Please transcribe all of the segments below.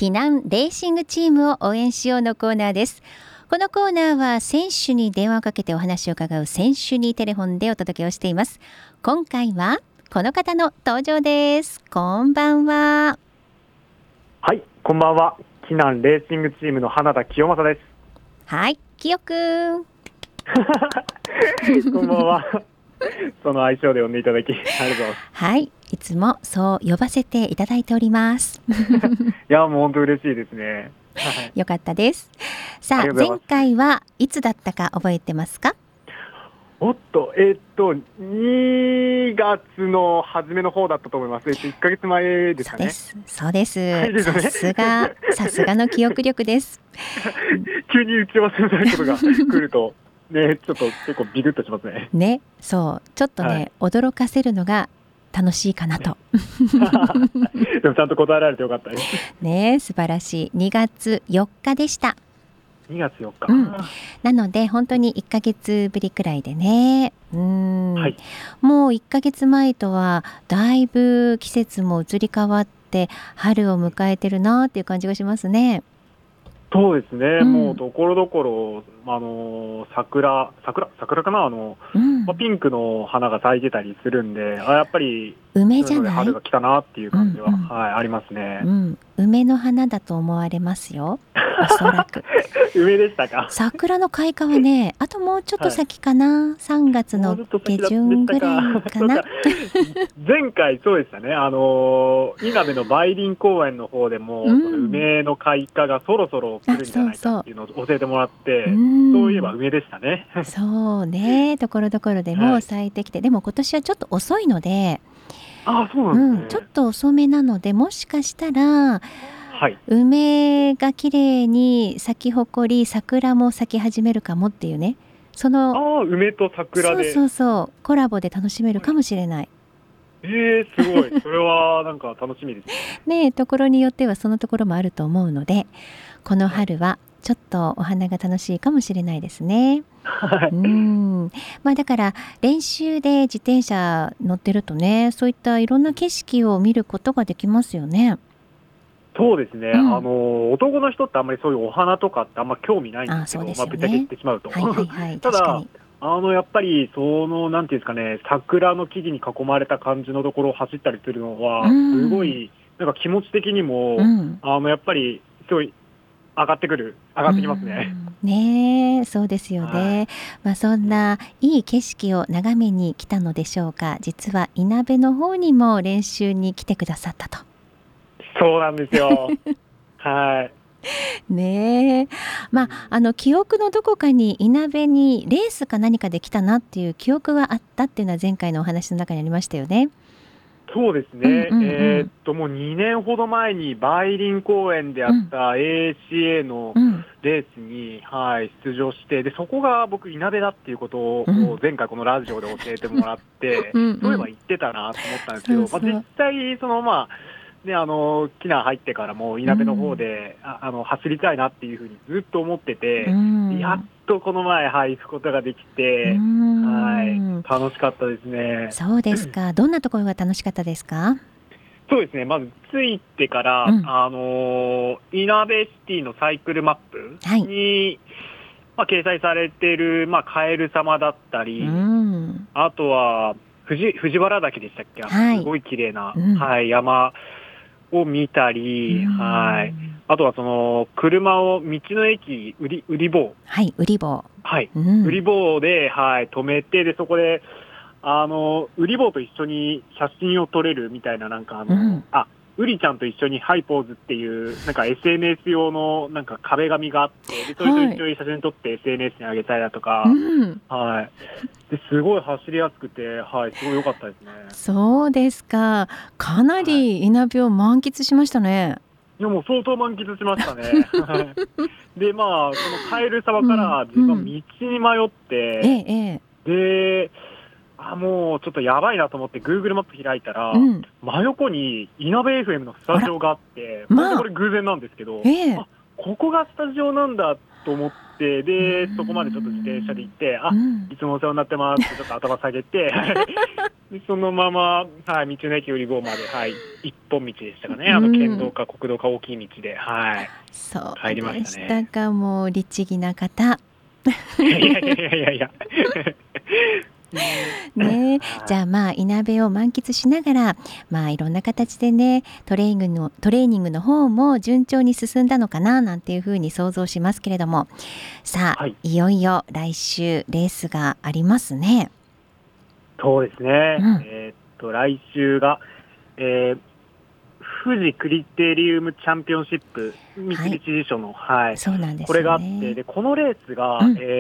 避難レーシングチームを応援しようのコーナーです。このコーナーは選手に電話をかけてお話を伺う選手にテレフォンでお届けをしています。今回はこの方の登場です。こんばんは。 はい、こんばんは。避難レーシングチームの花田清正です。 はい、清くんこんばんは。その愛称で呼んでいただきありがとうございます。 はい、いつもそう呼ばせていただいておりますいや、もう本当嬉しいですね。 よかったです。さあ、前回はいつだったか覚えてますか？ おっと、2月の初めの方だったと思います。1ヶ月前ですかね。 そうです。さすがの記憶力です。 急に打ち忘れないことが来るとね、ちょっと結構ビクッとしますね。 ね、そうちょっとね、驚かせるのが楽しいかなと。 でもちゃんと答えられてよかったですね。素晴らしい。2月4日でした。 2月4日、 なので本当に1ヶ月ぶりくらいでね。もう1ヶ月前とはだいぶ季節も移り変わって春を迎えてるなっていう感じがしますね。 そうですね、もうところどころ、桜かな、ピンクの花が咲いてたりするんで、やっぱり梅じゃない？ 春が来たなっていう感じは、ありますね。 梅の花だと思われますよ、おそらく。 梅でしたか？ 桜の開花はね、あともうちょっと先かな、3月の下旬ぐらいかな。 前回そうでしたね、稲部の梅林公園の方でも、梅の開花がそろそろ来るんじゃないかっていうのを教えてもらって、そういえば梅でしたね。 そうね、ところどころでも咲いてきて、でも今年はちょっと遅いので、 そうなんですね。 ちょっと遅めなので、もしかしたら、梅が綺麗に咲き誇り、桜も咲き始めるかもっていうね、その梅と桜でそうコラボで楽しめるかもしれない。 すごい。それはなんか楽しみですね。ところによってはそのところもあると思うので、この春はちょっとお花が楽しいかもしれないですね。だから練習で自転車乗ってるとね、そういったいろんな景色を見ることができますよね。 そうですね、男の人ってあんまりそういうお花とかってあんま興味ないんですけど、ぶっちゃけ言ってしまうと。ただやっぱりなんていうんですかね、桜の木々に囲まれた感じのところを走ったりするのは、すごいなんか気持ち的にも、やっぱりすごい上がってきますね。 ね、そうですよね。そんないい景色を眺めに来たのでしょうか。実は稲部の方にも練習に来てくださったと。 そうなんですよ。 ねえ、記憶のどこかに稲部にレースか何かで来たなっていう記憶があったっていうのは前回のお話の中にありましたよね。 そうですね、もう2年ほど前に梅林公園であった ACA のレースに、出場して、でそこが僕稲部だっていうことを前回このラジオで教えてもらってそういえば言ってたなと思ったんですけど、実際機内入ってからも稲部の方で、走りたいなっていうふうにずっと思ってて、やっとこの前、行くことができて、楽しかったですね。 そうですか。どんなところが楽しかったですか？ そうですね、まず着いてから、いなべシティのサイクルマップに、掲載されている、カエル様だったり、あとは藤原岳でしたっけ、すごい綺麗な、山を見たり、あとはその車を道の駅売り棒、 売り棒で、止めて、でそこで売り棒と一緒に写真を撮れるみたいな、なんかウリちゃんと一緒にハイポーズっていうなんか SNS 用のなんか壁紙があって、でそれと一緒に写真撮って SNS に上げたいだとか、ですごい走りやすくて、すごい良かったですね。 そうですか。かなり稲部を満喫しましたね。 いや、もう相当満喫しましたね。でそのカエル沢から自分道に迷って、でもうちょっとやばいなと思って Google マップ開いたら、真横に稲部 FM のスタジオがあって、本当これ偶然なんですけど、ここがスタジオなんだと思って、でそこまでちょっと自転車で行って、いつもお世話になってますってちょっと頭下げてでそのまま、はい、道の駅売り場まで、はい、一本道でしたかね。県道か国道か大きい道で、はい、 そう帰りまでしたね。 したか。もう律儀な方。 いやいやいやいやいや。 ね、じゃあまあいなべを満喫しながら、まあいろんな形でね、トレーニングの方も順調に進んだのかななんていうふうに想像しますけれども、さあ、いよいよ来週レースがありますね。 そうですね。来週が、富士クリテリウムチャンピオンシップ、三菱地所の、はい、 そうなんですよね。 これがあって、でこのレースが、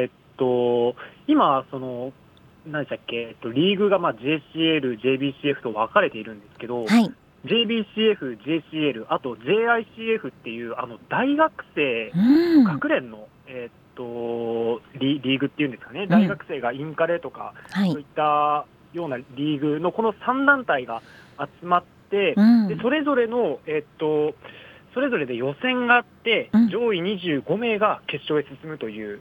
今何でしたっけ、リーグがJCL、JBCF と分かれているんですけど、JBCF、JCL、あと JICF っていう大学生学連の、リーグっていうんですかね、大学生がインカレとか、そういったようなリーグのこの3団体が集まって、でそれぞれの、それぞれで予選があって、上位25名が決勝へ進むという、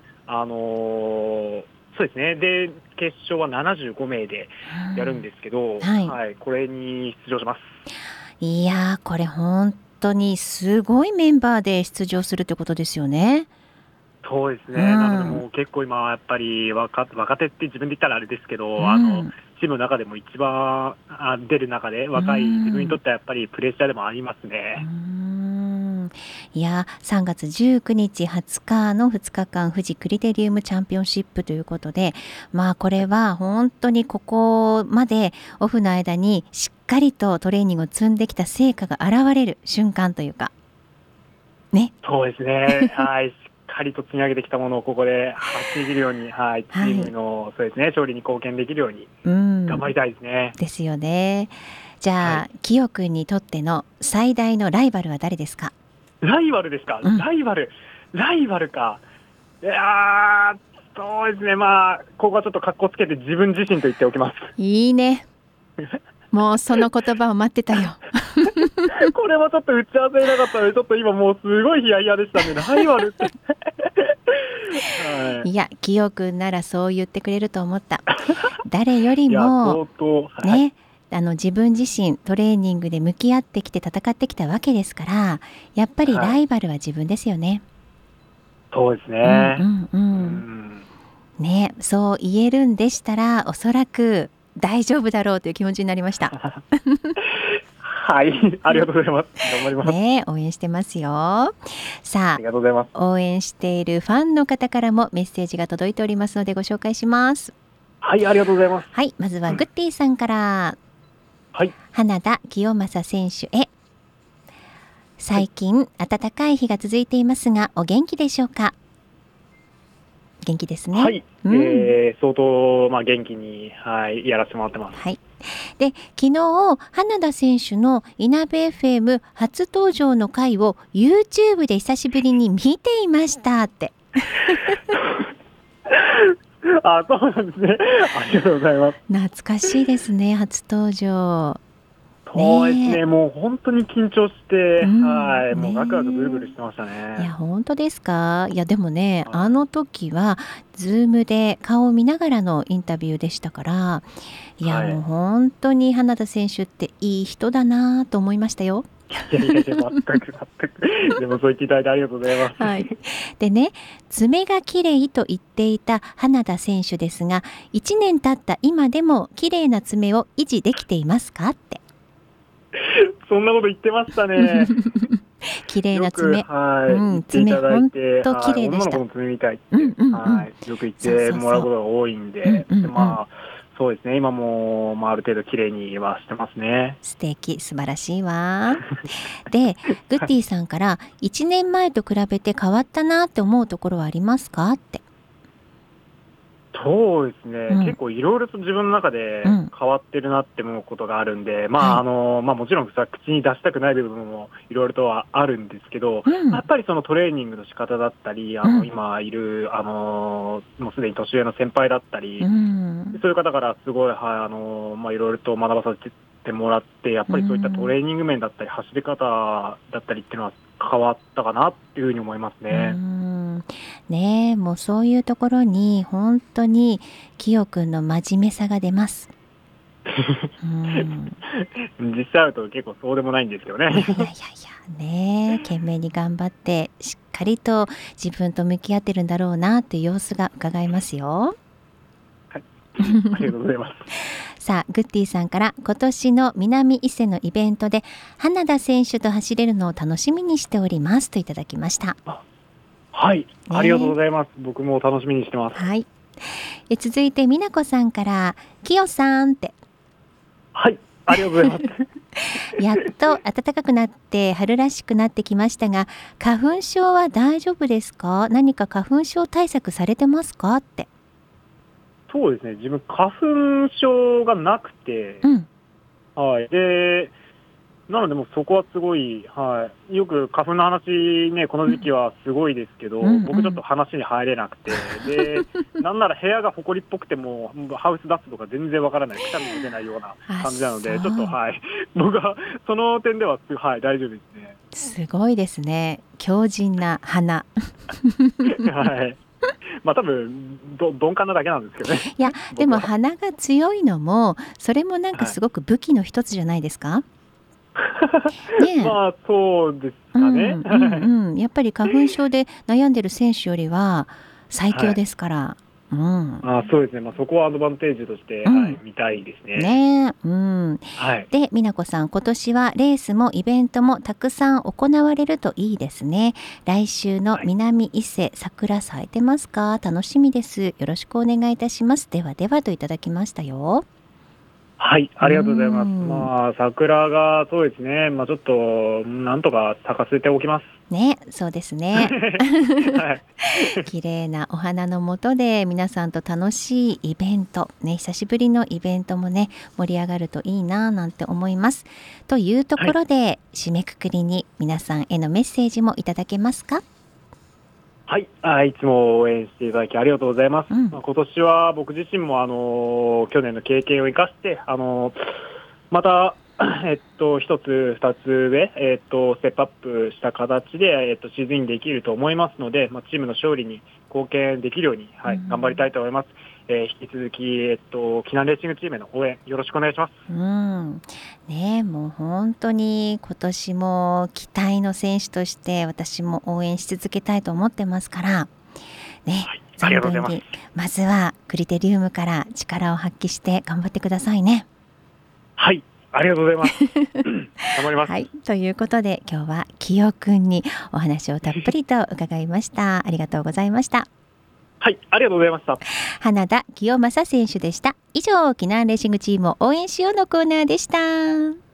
そうですね。で、決勝は75名でやるんですけど、はい、これに出場します。 いやー、これ本当にすごいメンバーで出場するってことですよね。 そうですね。なのでもう結構今やっぱり若手って自分で言ったらあれですけど、チームの中でも一番出る中で若い自分にとってはやっぱりプレッシャーでもありますね。 いや3月19日20日の2日間富士クリテリウムチャンピオンシップということで、まあこれは本当にここまでオフの間にしっかりとトレーニングを積んできた成果が現れる瞬間というかね。 そうですね。はい。しっかりと積み上げてきたものをここで発揮できるように、はい、チームの、そうですね、勝利に貢献できるように頑張りたいですね。 ですよね。じゃあ、キヨ君にとっての最大のライバルは誰ですか？ ライバルですか？ライバルか。いやー、そうですね。まあここはちょっと格好つけて自分自身と言っておきます。 いいね。もうその言葉を待ってたよ。 これはちょっと打ち合わせなかったので、ちょっと今もうすごいヒヤヒヤでしたね。ライバルって。 いや、キヨ君ならそう言ってくれると思った。誰よりもね、自分自身トレーニングで向き合ってきて戦ってきたわけですから、やっぱりライバルは自分ですよね。 そうですね。 ね、そう言えるんでしたら、おそらく大丈夫だろうという気持ちになりました。 はい、ありがとうございます。頑張ります。 ね、応援してますよ。さあ、 ありがとうございます。 応援しているファンの方からもメッセージが届いておりますのでご紹介します。 はい、ありがとうございます。 はい、まずはグッティさんから、花田清正選手へ。最近暖かい日が続いていますが、お元気でしょうか？元気ですね。 はい、相当元気に、はい、やらせてもらってます。 はい。で、昨日花田選手のいなべ FM 初登場の回を YouTube で久しぶりに見ていましたって。 あ、そうなんですね。ありがとうございます。 懐かしいですね、初登場。 そうですね、もう本当に緊張して、はい、もうガクガクブルブルしてましたね。 いや、本当ですか？いや、でもね、あの時はズームで顔を見ながらのインタビューでしたから、いや、もう本当に花田選手っていい人だなと思いましたよ。 いやいや、全くでもそう言っていただいてありがとうございます。 はい。でね、爪が綺麗と言っていた花田選手ですが、1年経った今でも綺麗な爪を維持できていますかって。 そんなこと言ってましたね。 綺麗な爪、 爪本当綺麗でした。 女の子の爪みたいって、よく言ってもらうことが多いんで、まあそうですね。今もある程度綺麗にはしてますね。 素敵、素晴らしいわ。で、グッティさんから1年前と比べて変わったなって思うところはありますかって。 そうですね、結構いろいろと自分の中で変わってるなって思うことがあるんで、もちろん口に出したくない部分もいろいろとはあるんですけど、やっぱりそのトレーニングの仕方だったり、今いるもうすでに年上の先輩だったり、そういう方からすごい、いろいろと学ばさせてもらって、やっぱりそういったトレーニング面だったり走り方だったりっていうのは変わったかなっていうふうに思いますね。 ねえ、もうそういうところに本当にキヨ君の真面目さが出ます。 実際会うと結構そうでもないんですけどね。いやいやいやね、懸命に頑張ってしっかりと自分と向き合ってるんだろうなっていう様子が伺えますよ。 はい、ありがとうございます。 さあグッディさんから、今年の南伊勢のイベントで花田選手と走れるのを楽しみにしておりますといただきました。 はい、ありがとうございます。僕も楽しみにしてます。 はい。続いて美奈子さんから、きよさんって。 はい、ありがとうございます。 やっと暖かくなって春らしくなってきましたが、花粉症は大丈夫ですか？何か花粉症対策されてますかって。 そうですね、自分花粉症がなくて、はい、でなのでもうそこはすごい、はい、よく花粉の話ね、この時期はすごいですけど、僕ちょっと話に入れなくて、でなんなら部屋が埃っぽくてもハウスダストとか全然わからない、くしゃみも出ないような感じなので、ちょっと、はい、僕はその点では、はい、大丈夫ですね。 すごいですね、強靭な鼻。 はい、まあ多分鈍感なだけなんですけどね。 いやでも鼻が強いのもそれもなんかすごく武器の一つじゃないですか？ ね、まあそうですかね。 やっぱり花粉症で悩んでる選手よりは最強ですから。 そうですね、まあ、そこはアドバンテージとして、はい、見たいですね。 はい、で美奈子さん、今年はレースもイベントもたくさん行われるといいですね。来週の南伊勢、桜咲いてますか？楽しみです。よろしくお願いいたします。ではではといただきましたよ。 はい、ありがとうございます。まあ桜がそうですね、まあちょっとなんとか咲かせておきます。 ね、そうですね。綺麗なお花の下で皆さんと楽しいイベントね、久しぶりのイベントもね盛り上がるといいななんて思います。というところで、締めくくりに皆さんへのメッセージもいただけますか？ はい、いつも応援していただきありがとうございます。今年は僕自身も去年の経験を生かしてまた一つ二つ上ステップアップした形でシーズンインできると思いますので、チームの勝利に貢献できるように、はい、頑張りたいと思います。引き続きキナンレーシングチームへの応援よろしくお願いします。 ね、もう本当に今年も期待の選手として私も応援し続けたいと思ってますからね、存分にまずはクリテリウムから力を発揮して頑張ってくださいね。 はい、ありがとうございます。頑張ります。 はい、ということで今日はきよくんにお話をたっぷりと伺いました。ありがとうございました。 はい、ありがとうございました。 花田清正選手でした。以上、キナンレーシングチームを応援しようのコーナーでした。